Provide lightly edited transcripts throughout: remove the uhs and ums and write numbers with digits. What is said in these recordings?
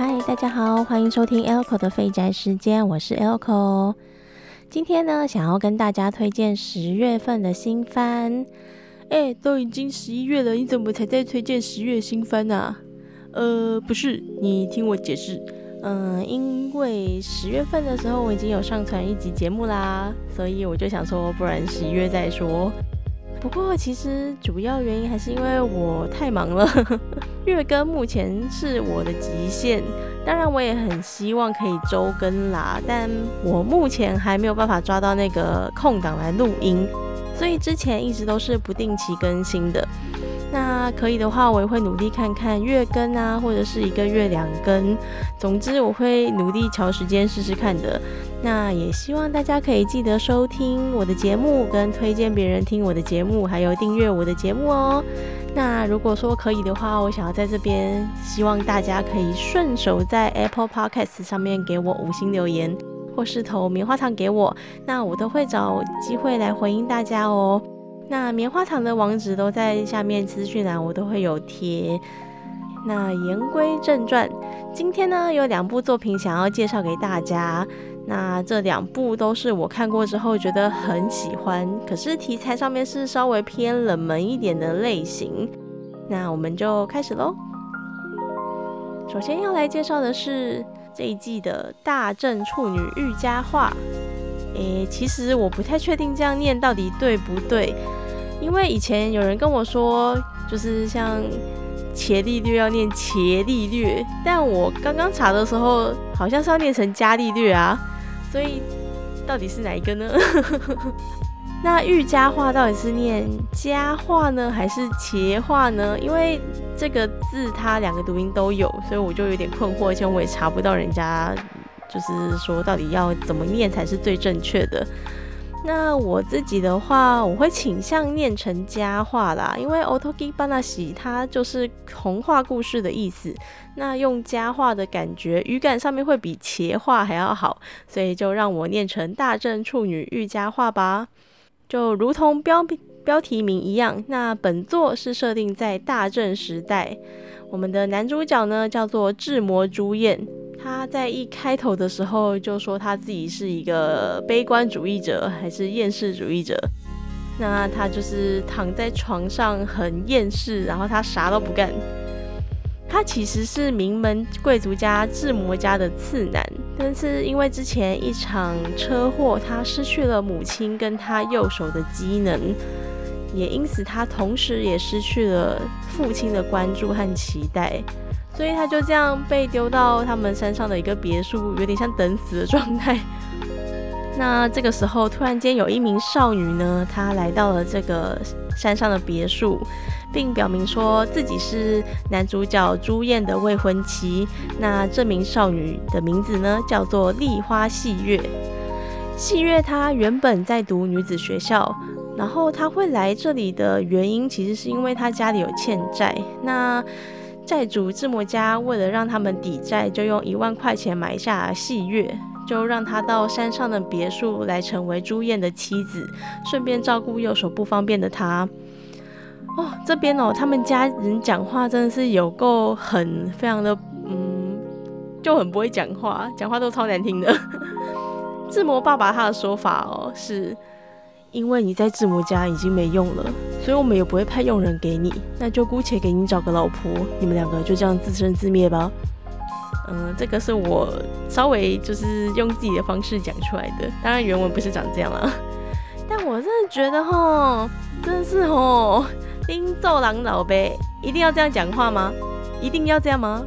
嗨，大家好，欢迎收听 Elco 的废宅时间，我是 Elco。今天呢，想要跟大家推荐10月份的新番。都已经11月了，你怎么才在推荐10月新番啊？不是，你听我解释。因为10月份的时候我已经有上传一集节目啦，所以我就想说，不然11月再说。不过其实主要原因还是因为我太忙了，月更目前是我的极限。当然我也很希望可以周更啦，但我目前还没有办法抓到那个空档来录音，所以之前一直都是不定期更新的。那可以的话，我也会努力看看月更啊，或者是1个月2更。总之，我会努力调时间试试看的。那也希望大家可以记得收听我的节目，跟推荐别人听我的节目，还有订阅我的节目哦。那如果说可以的话，我想要在这边希望大家可以顺手在 Apple Podcast 上面给我5星留言，或是投棉花糖给我，那我都会找机会来回应大家哦。那棉花糖的网址都在下面资讯栏，我都会有贴。那言归正传，今天呢有2部作品想要介绍给大家。那这2部都是我看过之后觉得很喜欢，可是题材上面是稍微偏冷门一点的类型。那我们就开始咯。首先要来介绍的是这一季的大正处女御家话。其实我不太确定这样念到底对不对，因为以前有人跟我说，就是像伽利略要念伽利略，但我刚刚查的时候好像是要念成伽利略啊，所以到底是哪一个呢？那御家话到底是念家话呢，还是茄话呢？因为这个字它2个读音都有，所以我就有点困惑，而且我也查不到人家就是说到底要怎么念才是最正确的。那我自己的话，我会倾向念成家话啦，因为 Otogi Banashi 它就是童话故事的意思，那用家话的感觉，语感上面会比茄话还要好，所以就让我念成大正处女御家话吧。就如同标题名一样，那本作是设定在大正时代，我们的男主角呢叫做志摩朱彦。他在一开头的时候就说他自己是一个悲观主义者还是厌世主义者，那他就是躺在床上很厌世，然后他啥都不干。他其实是名门贵族家志摩家的次男，但是因为之前一场车祸，他失去了母亲跟他右手的机能，也因此他同时也失去了父亲的关注和期待，所以他就这样被丢到他们山上的一个别墅，有点像等死的状态。那这个时候突然间有一名少女呢，她来到了这个山上的别墅，并表明说自己是男主角朱彦的未婚妻。那这名少女的名字呢叫做立花细月。细月她原本在读女子学校，然后她会来这里的原因其实是因为她家里有欠债。那债主志摩家为了让他们抵债，就用1万块钱买下细月，就让他到山上的别墅来成为朱彦的妻子，顺便照顾右手不方便的他。这边他们家人讲话真的是有够狠，非常的就很不会讲话，讲话都超难听的。志摩爸爸他的说法是因为你在志摩家已经没用了，所以我们也不会派佣人给你，那就姑且给你找个老婆，你们2个就这样自生自灭吧。这个是我稍微就是用自己的方式讲出来的，当然原文不是长这样啦。但我真的觉得真的是拎揍狼老呗，一定要这样讲话吗？一定要这样吗？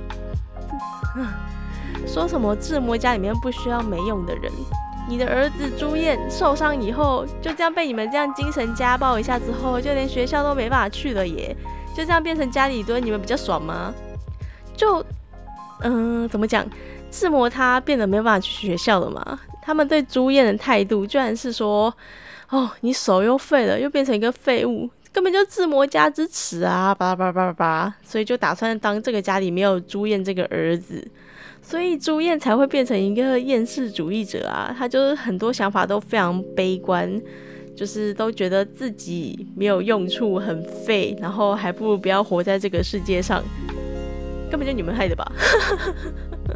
说什么志摩家里面不需要没用的人，你的儿子朱彦受伤以后，就这样被你们这样精神家暴一下之后，就连学校都没办法去了耶，就这样变成家里蹲，你们比较爽吗？就怎么讲，志摩他变得没办法去学校了嘛，他们对朱彦的态度居然是说，你手又废了，又变成一个废物，根本就志摩家之耻啊，巴拉巴拉巴拉，所以就打算当这个家里没有朱彦这个儿子，所以朱彦才会变成一个厌世主义者啊，他就是很多想法都非常悲观，就是都觉得自己没有用处，很废，然后还不如不要活在这个世界上，根本就你们害的吧。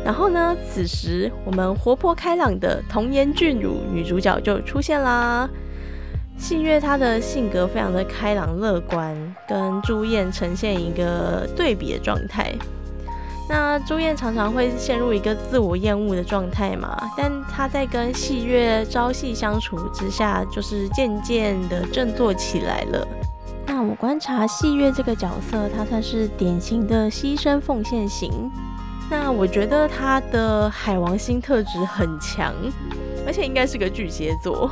然后呢，此时我们活泼开朗的童颜俊乳女主角就出现啦。细月她的性格非常的开朗乐观，跟朱燕呈现一个对比的状态。那朱燕常常会陷入一个自我厌恶的状态嘛，但她在跟细月朝夕相处之下，就是渐渐的振作起来了。那我观察细月这个角色，她算是典型的牺牲奉献型。那我觉得她的海王星特质很强，而且应该是个巨蟹座。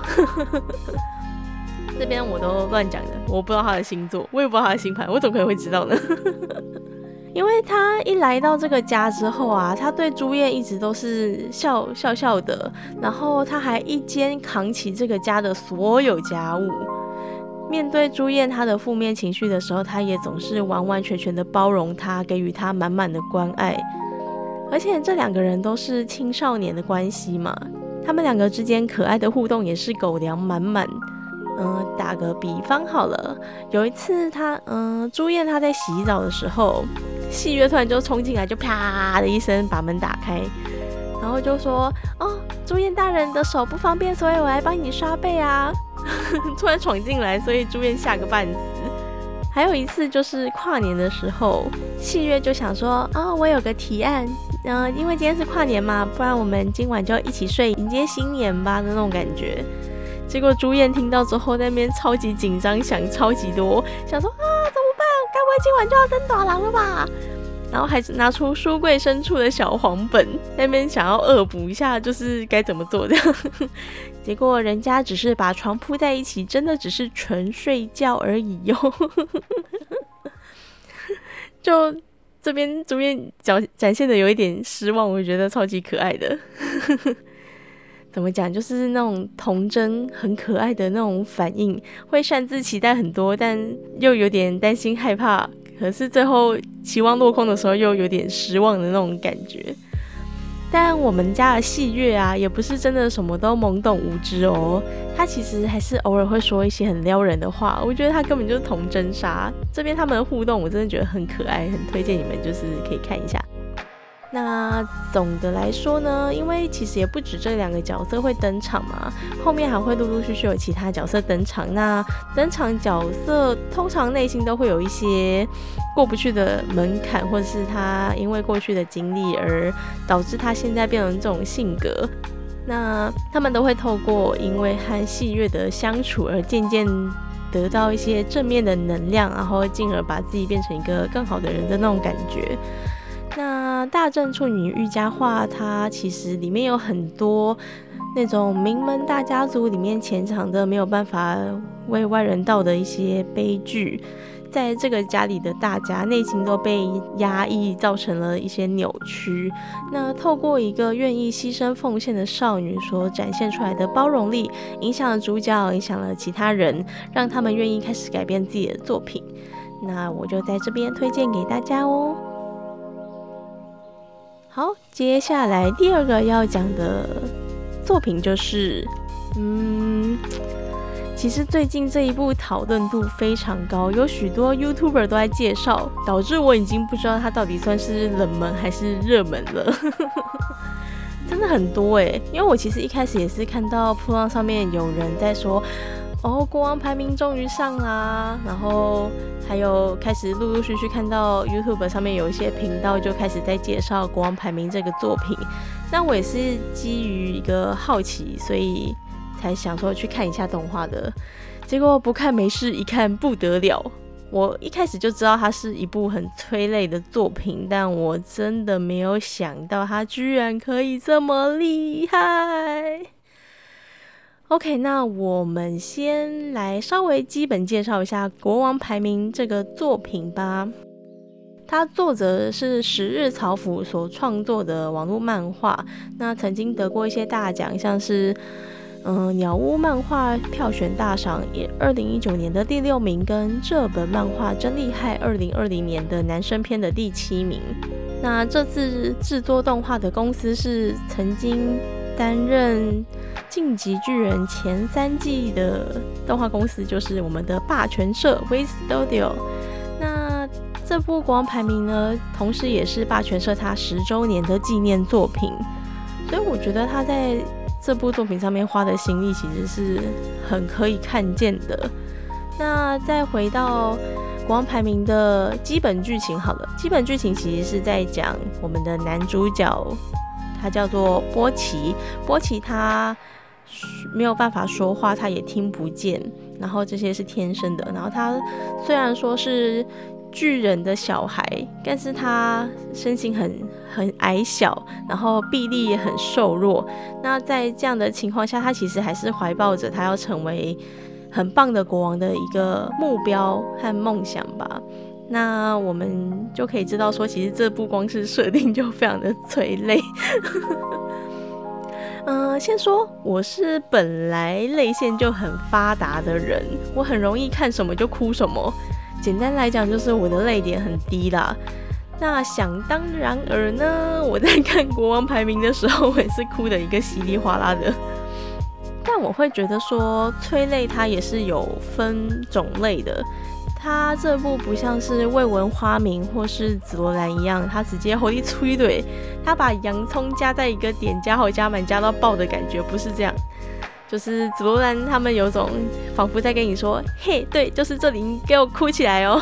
这边我都乱讲的，我不知道她的星座，我也不知道她的星盘，我怎么可能会知道呢？因为他一来到这个家之后啊，他对朱燕一直都是笑的，然后他还一肩扛起这个家的所有家务。面对朱燕她的负面情绪的时候，他也总是完完全全的包容她，给予她满满的关爱。而且这两个人都是青少年的关系嘛，他们两个之间可爱的互动也是狗粮满满。打个比方好了，有一次朱燕她在洗澡的时候，细月突然就冲进来，就啪的一声把门打开，然后就说：“哦，朱燕大人的手不方便，所以我来帮你刷背啊。”突然闯进来，所以朱燕吓个半死。还有一次就是跨年的时候，细月就想说：“哦，我有个提案，因为今天是跨年嘛，不然我们今晚就一起睡，迎接新年吧的那种感觉。”结果朱燕听到之后，在那边超级紧张，想超级多，想说啊怎么办？该不会今晚就要登大郎了吧？然后还拿出书柜深处的小黄本，那边想要恶补一下，就是该怎么做这样。结果人家只是把床铺在一起，真的只是纯睡觉而已哟。就这边朱燕展现的有一点失望，我觉得超级可爱的。怎么讲，就是那种童真很可爱的那种反应，会擅自期待很多，但又有点担心害怕，可是最后期望落空的时候又有点失望的那种感觉。但我们家的细月啊，也不是真的什么都懵懂无知哦，他其实还是偶尔会说一些很撩人的话，我觉得他根本就是童真杀。这边他们的互动我真的觉得很可爱，很推荐你们就是可以看一下。那总的来说呢，因为其实也不止这两个角色会登场嘛，后面还会陆陆续续有其他角色登场。那登场角色通常内心都会有一些过不去的门槛，或者是他因为过去的经历而导致他现在变成这种性格。那他们都会透过因为和细月的相处而渐渐得到一些正面的能量，然后进而把自己变成一个更好的人的那种感觉。那大正处女御家话，它其实里面有很多那种名门大家族里面潜藏的没有办法为外人道的一些悲剧，在这个家里的大家内心都被压抑，造成了一些扭曲。那透过一个愿意牺牲奉献的少女所展现出来的包容力，影响了主角，影响了其他人，让他们愿意开始改变自己的作品。那我就在这边推荐给大家哦。好，接下来第二个要讲的作品就是其实最近这一部讨论度非常高，有许多 YouTuber 都在介绍，导致我已经不知道它到底算是冷门还是热门了。真的很多耶，因为我其实一开始也是看到噗浪上面有人在说国王排名终于上啦，然后还有开始陆陆续续看到 YouTube 上面有一些频道就开始在介绍国王排名这个作品。那我也是基于一个好奇，所以才想说去看一下动画的。结果不看没事，一看不得了。我一开始就知道它是一部很催泪的作品，但我真的没有想到它居然可以这么厉害。OK， 那我们先来稍微基本介绍一下《国王排名》这个作品吧。它作者是十日草辅所创作的网络漫画，那曾经得过一些大奖，像是鸟屋漫画票选大赏2019年的第6名，跟这本漫画真厉害2020年的男生篇的第7名。那这次制作动画的公司是曾经担任晋级巨人前3季的动画公司，就是我们的霸权社 Wave Studio。那这部国王排名呢，同时也是霸权社它10周年的纪念作品，所以我觉得他在这部作品上面花的心力其实是很可以看见的。那再回到国王排名的基本剧情好了，基本剧情其实是在讲我们的男主角，他叫做波奇。波奇他没有办法说话，他也听不见，然后这些是天生的。然后他虽然说是巨人的小孩，但是他身形很矮小，然后臂力也很瘦弱。那在这样的情况下，他其实还是怀抱着他要成为很棒的国王的一个目标和梦想吧。那我们就可以知道说，其实这部光是设定就非常的催泪。先说我是本来泪腺就很发达的人，我很容易看什么就哭什么。简单来讲就是我的泪点很低啦。那想当然而呢，我在看国王排名的时候，我也是哭的一个稀里哗啦的。但我会觉得说，催泪它也是有分种类的。它这部不像是未闻花名或是紫罗兰一样，它直接火力催泪，它把洋葱加在一个点，加好加满加到爆的感觉，不是这样。就是紫罗兰他们有种仿佛在跟你说，嘿，对，就是这里，你给我哭起来哦。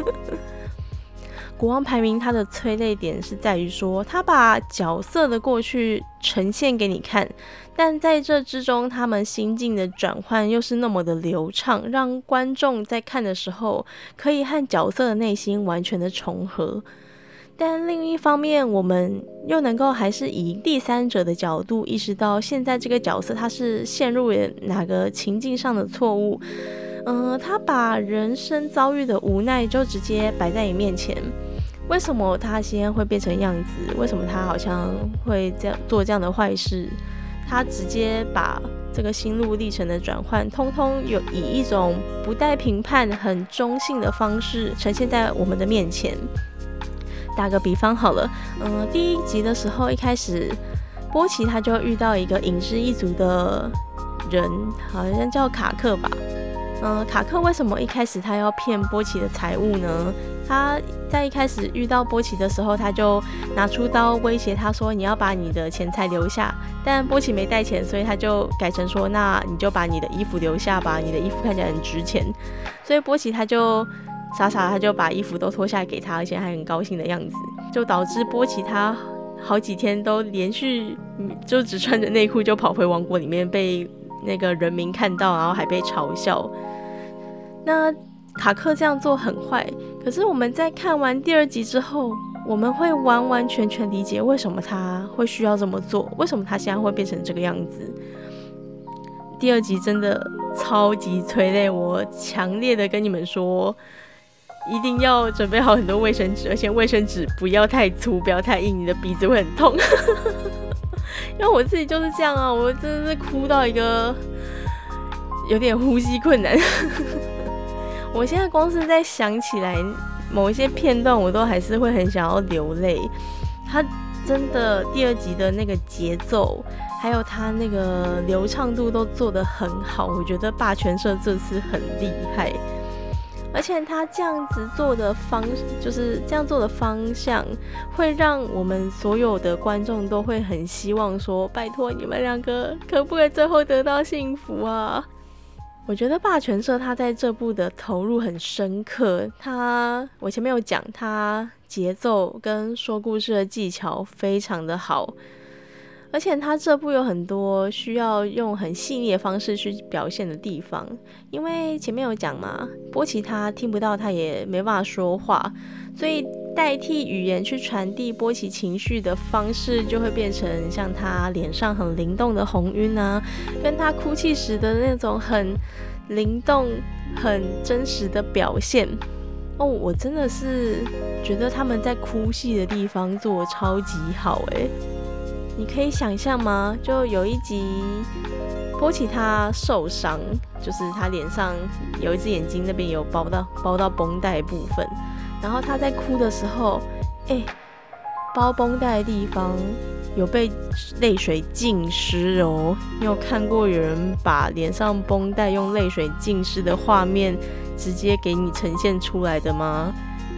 国王排名它的催泪点是在于说，他把角色的过去呈现给你看，但在这之中他们心境的转换又是那么的流畅，让观众在看的时候可以和角色的内心完全的重合。但另一方面，我们又能够还是以第三者的角度意识到现在这个角色他是陷入了哪个情境上的错误。他把人生遭遇的无奈就直接摆在你面前，为什么他先会变成样子？为什么他好像会做这样的坏事？他直接把这个心路历程的转换，通通有以一种不带评判、很中性的方式呈现在我们的面前。打个比方好了，第一集的时候，一开始波奇他就遇到一个影视一族的人，好像叫卡克吧。卡克为什么一开始他要骗波奇的财物呢？他在一开始遇到波奇的时候，他就拿出刀威胁他说，你要把你的钱财留下。但波奇没带钱，所以他就改成说，那你就把你的衣服留下吧，你的衣服看起来很值钱。所以波奇他就傻傻他就把衣服都脱下来给他，而且还很高兴的样子，就导致波奇他好几天都连续就只穿着内裤就跑回王国里面，被那个人民看到，然后还被嘲笑。那卡克这样做很坏，可是我们在看完第2集之后，我们会完完全全理解为什么他会需要这么做，为什么他现在会变成这个样子。第2集真的超级催泪，我强烈的跟你们说，一定要准备好很多卫生纸，而且卫生纸不要太粗，不要太硬，你的鼻子会很痛。因为我自己就是这样啊，我真的是哭到一个有点呼吸困难。我现在光是在想起来某一些片段，我都还是会很想要流泪。他真的第2集的那个节奏，还有他那个流畅度都做得很好，我觉得霸权社这次很厉害。而且他这样子做的就是这样做的方向，会让我们所有的观众都会很希望说，拜托你们2个可不可以最后得到幸福啊？我觉得霸权社他在这部的投入很深刻，我前面有讲，他节奏跟说故事的技巧非常的好，而且他这部有很多需要用很细腻的方式去表现的地方，因为前面有讲嘛，波奇他听不到，他也没办法说话，所以代替语言去传递波奇情绪的方式，就会变成像他脸上很灵动的红晕啊，跟他哭泣时的那种很灵动、很真实的表现。我真的是觉得他们在哭戏的地方做得超级好欸。你可以想象吗？就有一集波奇他受伤，就是他脸上有一只眼睛那边有包到绷带的部分，然后他在哭的时候，包绷带的地方有被泪水浸湿哦。你有看过有人把脸上绷带用泪水浸湿的画面直接给你呈现出来的吗？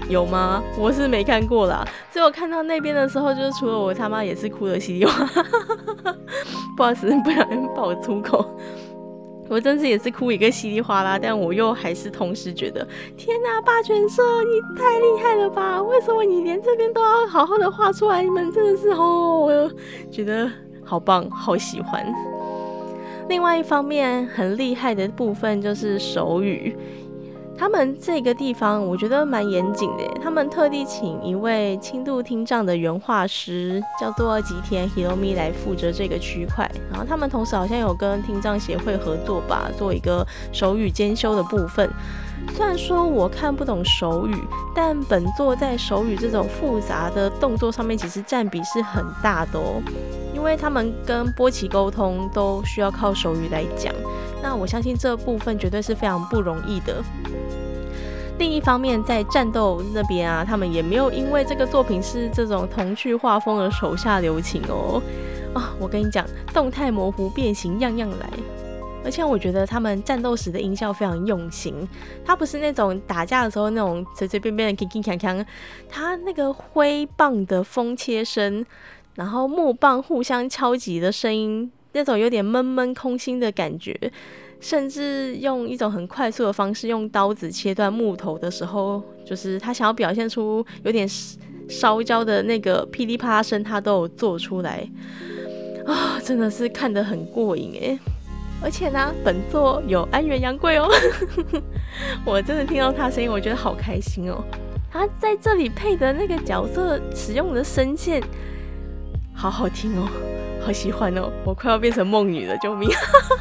有吗？我是没看过啦，所以我看到那边的时候，就是除了我他妈也是哭的稀里哗啦，不好意思，不小心爆粗口。我真是也是哭一个稀里哗啦，但我又还是同时觉得，天哪，霸权社你太厉害了吧？为什么你连这边都要好好的画出来？你们真的是我觉得好棒，好喜欢。另外一方面很厉害的部分就是手语，他们这个地方我觉得蛮严谨的，他们特地请一位轻度听障的原画师，叫做吉田 Hiromi 来负责这个区块。然后他们同时好像有跟听障协会合作吧，做一个手语兼修的部分。虽然说我看不懂手语，但本作在手语这种复杂的动作上面其实占比是很大的哦，因为他们跟波奇沟通都需要靠手语来讲，那我相信这部分绝对是非常不容易的。另一方面，在战斗那边啊，他们也没有因为这个作品是这种童趣画风而手下留情哦。我跟你讲，动态模糊、变形，样样来。而且我觉得他们战斗时的音效非常用心，它不是那种打架的时候那种随随便便的铿铿锵锵，它那个挥棒的风切声，然后木棒互相敲击的声音，那种有点闷闷空心的感觉，甚至用一种很快速的方式用刀子切断木头的时候，就是他想要表现出有点烧焦的那个噼里啪啦声，他都有做出来真的是看得很过瘾耶。而且呢，本作有安原洋贵哦我真的听到他声音我觉得好开心哦。他在这里配的那个角色使用的声线好好听哦，好喜欢哦，我快要变成梦女了，救命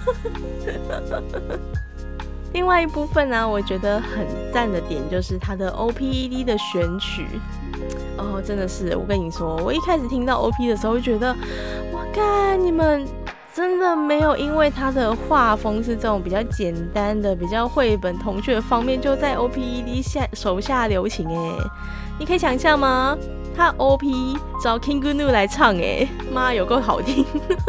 另外一部分呢，我觉得很赞的点就是他的 OPED 的选曲真的是，我跟你说，我一开始听到 OP 的时候就觉得，哇干，你们真的没有因为他的画风是这种比较简单的、比较绘本童趣的方面，就在 OPED 手下留情耶。你可以想象吗？他 OP 找 KinGnu 来唱耶，妈有够好听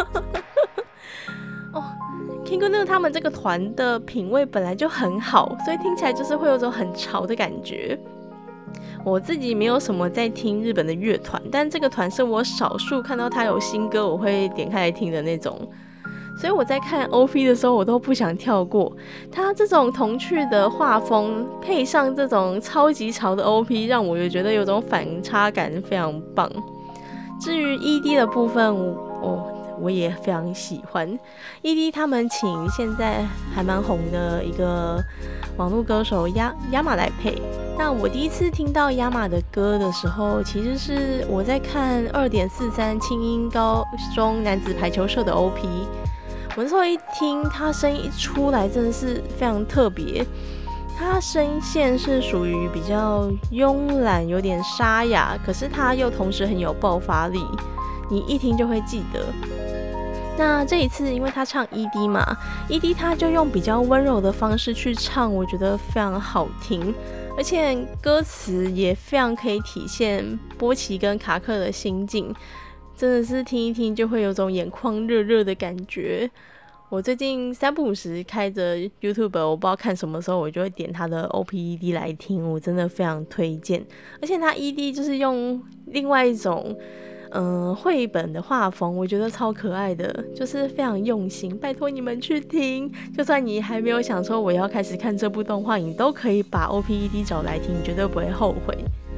KinGnu 他们这个团的品味本来就很好，所以听起来就是会有种很潮的感觉。我自己没有什么在听日本的乐团，但这个团是我少数看到他有新歌我会点开来听的那种，所以我在看 OP 的时候我都不想跳过。他这种童趣的画风配上这种超级潮的 OP， 让我觉得有种反差感，非常棒。至于 ED 的部分我也非常喜欢。ED 他们请现在还蛮红的一个网络歌手亚马来配。那我第一次听到亚马的歌的时候，其实是我在看 2.43 青音高中男子排球社的 OP。我那时候一听他声音一出来，真的是非常特别。他声线是属于比较慵懒，有点沙哑，可是他又同时很有爆发力，你一听就会记得。那这一次因为他唱 ED 嘛， ED 他就用比较温柔的方式去唱，我觉得非常好听，而且歌词也非常可以体现波奇跟卡克的心境，真的是听一听就会有种眼眶热热的感觉。我最近3不5时开着 YouTube， 我不知道看什么时候我就会点他的 OPED 来听，我真的非常推荐。而且他 ED 就是用另外一种绘本的画风，我觉得超可爱的，就是非常用心，拜托你们去听。就算你还没有想说我要开始看这部动画，你都可以把 OPED 找来听，绝对不会后悔。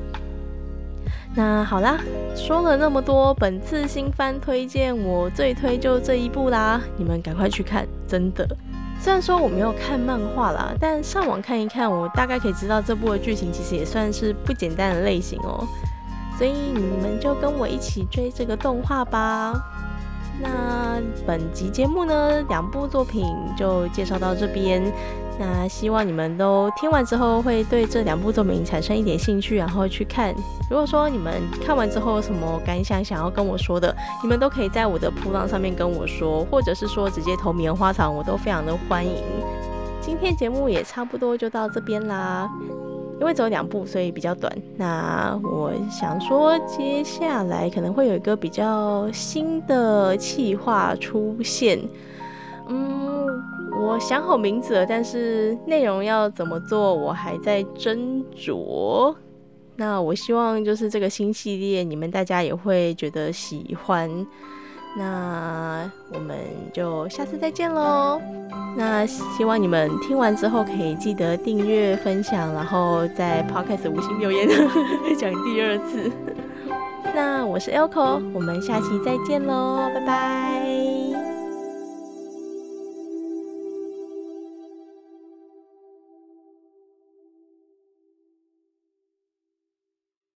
那好啦，说了那么多，本次新番推荐我最推就这一部啦，你们赶快去看，真的。虽然说我没有看漫画啦，但上网看一看，我大概可以知道这部的剧情其实也算是不简单的类型哦。所以你们就跟我一起追这个动画吧。那本集节目呢，2部作品就介绍到这边。那希望你们都听完之后会对这2部作品产生一点兴趣，然后去看。如果说你们看完之后有什么感想想要跟我说的，你们都可以在我的噗浪上面跟我说，或者是说直接投棉花糖，我都非常的欢迎。今天节目也差不多就到这边啦。因为只有2部，所以比较短。那我想说，接下来可能会有一个比较新的企划出现。我想好名字了，但是内容要怎么做，我还在斟酌。 那我希望就是这个新系列你们大家也会觉得喜欢。那我们就下次再见咯。那希望你们听完之后可以记得订阅分享，然后在 Podcast 5星留言讲第2次。那我是 Elco， 我们下期再见咯，拜拜。